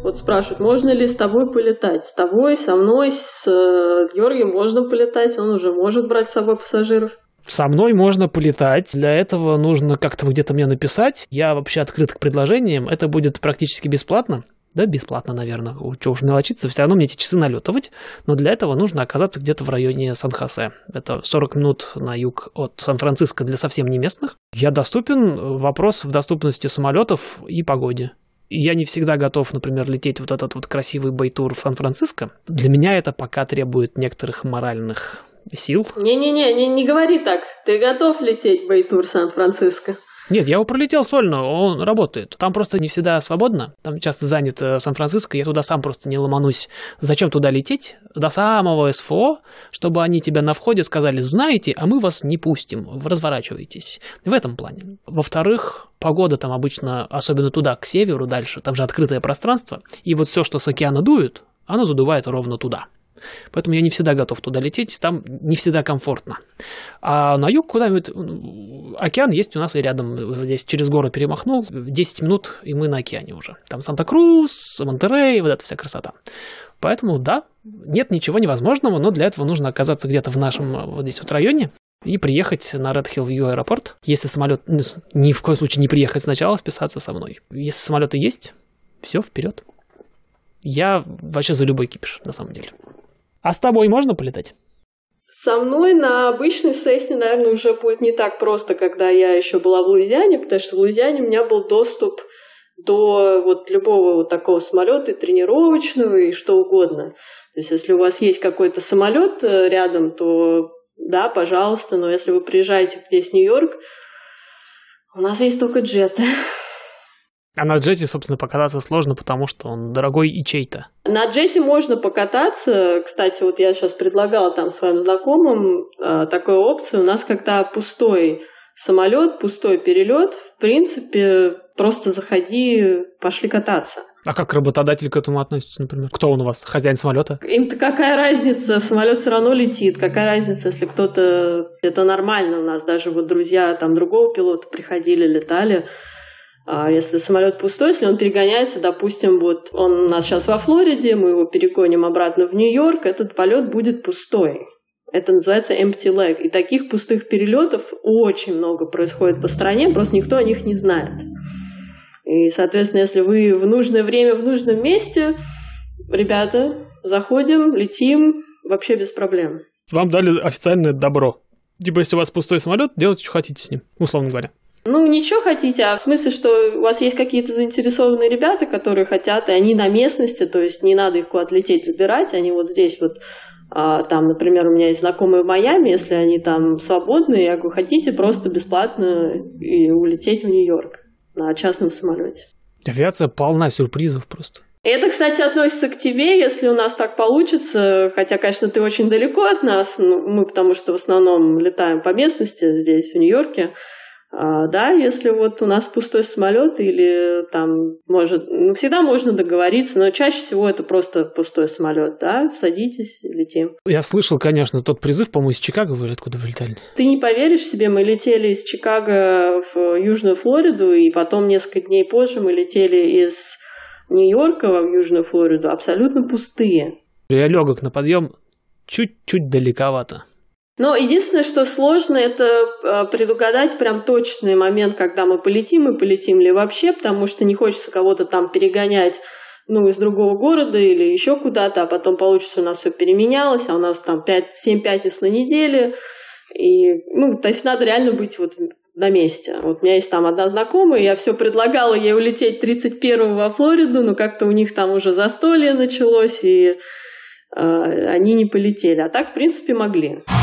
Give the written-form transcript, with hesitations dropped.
Вот спрашивают, можно ли с тобой полетать? С тобой, со мной, с Георгием можно полетать, он уже может брать с собой пассажиров. Со мной можно полетать. Для этого нужно как-то где-то мне написать. Я вообще открыт к предложениям. Это будет практически бесплатно. Да, бесплатно, наверное. Чего уж мелочиться, все равно мне эти часы налетывать. Но для этого нужно оказаться где-то в районе Сан-Хосе. Это 40 минут на юг от Сан-Франциско для совсем не местных. Я доступен. Вопрос в доступности самолетов и погоде. Я не всегда готов, например, лететь вот этот вот красивый байтур в Сан-Франциско. Для меня это пока требует некоторых моральных сил. Не говори так. Ты готов лететь байтур Сан-Франциско? Нет, я его пролетел сольно, он работает. Там просто не всегда свободно, там часто занят Сан-Франциско, я туда сам просто не ломанусь. Зачем туда лететь? До самого СФО, чтобы они тебя на входе сказали, знаете, а мы вас не пустим, разворачивайтесь. В этом плане. Во-вторых, погода там обычно, особенно туда, к северу дальше, там же открытое пространство, и вот все, что с океана дует, оно задувает ровно туда. Поэтому я не всегда готов туда лететь, там не всегда комфортно. А на юг куда-нибудь, океан есть у нас и рядом, здесь через горы перемахнул, 10 минут, и мы на океане уже. Там Санта-Крус, Монтерей, вот эта вся красота. Поэтому, да, нет ничего невозможного, но для этого нужно оказаться где-то в нашем вот здесь вот районе и приехать на Red Hill View аэропорт. Если самолет, ни в коем случае не приехать сначала, списаться со мной. Если самолеты есть, все, вперед. Я вообще за любой кипиш, на самом деле. А с тобой можно полетать? Со мной на обычной Cessna, наверное, уже будет не так просто, когда я еще была в Луизиане, потому что в Луизиане у меня был доступ до вот любого вот такого самолета, и тренировочного, и что угодно. То есть, если у вас есть какой-то самолет рядом, то да, пожалуйста, но если вы приезжаете здесь в Нью-Йорк, у нас есть только джеты. А на джете, собственно, покататься сложно, потому что он дорогой и чей-то. На джете можно покататься. Кстати, вот я сейчас предлагала там своим знакомым такую опцию. У нас когда пустой самолет, пустой перелет, в принципе, просто заходи, пошли кататься. А как работодатель к этому относится, например? Кто он у вас? Хозяин самолета? Им-то какая разница? Самолет все равно летит. Какая разница, если кто-то... Это нормально у нас. Даже вот друзья там другого пилота приходили, летали. А если самолет пустой, если он перегоняется, допустим, вот он у нас сейчас во Флориде, мы его перегоним обратно в Нью-Йорк, этот полет будет пустой. Это называется empty leg. И таких пустых перелетов очень много происходит по стране, просто никто о них не знает. И, соответственно, если вы в нужное время, в нужном месте, ребята, заходим, летим, вообще без проблем. Вам дали официальное добро. Типа, если у вас пустой самолет, делайте, что хотите с ним, условно говоря. Ну, ничего хотите, а в смысле, что у вас есть какие-то заинтересованные ребята, которые хотят, и они на местности, то есть не надо их куда-то лететь забирать, они вот здесь вот, там, например, у меня есть знакомые в Майами, если они там свободны, я говорю, хотите просто бесплатно и улететь в Нью-Йорк на частном самолете. Авиация полна сюрпризов просто. Это, кстати, относится к тебе, если у нас так получится, хотя, конечно, ты очень далеко от нас, мы потому что в основном летаем по местности здесь, в Нью-Йорке. Да, если вот у нас пустой самолет или там может, всегда можно договориться, но чаще всего это просто пустой самолет, да, садитесь, летим. Я слышал, конечно, тот призыв, по-моему, из Чикаго вы откуда вы летали? Ты не поверишь себе, мы летели из Чикаго в Южную Флориду, и потом несколько дней позже мы летели из Нью-Йорка в Южную Флориду, абсолютно пустые. Я легок на подъем чуть-чуть далековато. Но единственное, что сложно, это предугадать прям точный момент, когда мы полетим, и полетим ли вообще, потому что не хочется кого-то там перегонять, из другого города или еще куда-то, а потом получится, у нас все переменялось, а у нас там 7 пятниц на неделе, и, то есть надо реально быть вот на месте. Вот у меня есть там одна знакомая, я все предлагала ей улететь 31-го во Флориду, но как-то у них там уже застолье началось, и они не полетели, а так, в принципе, могли.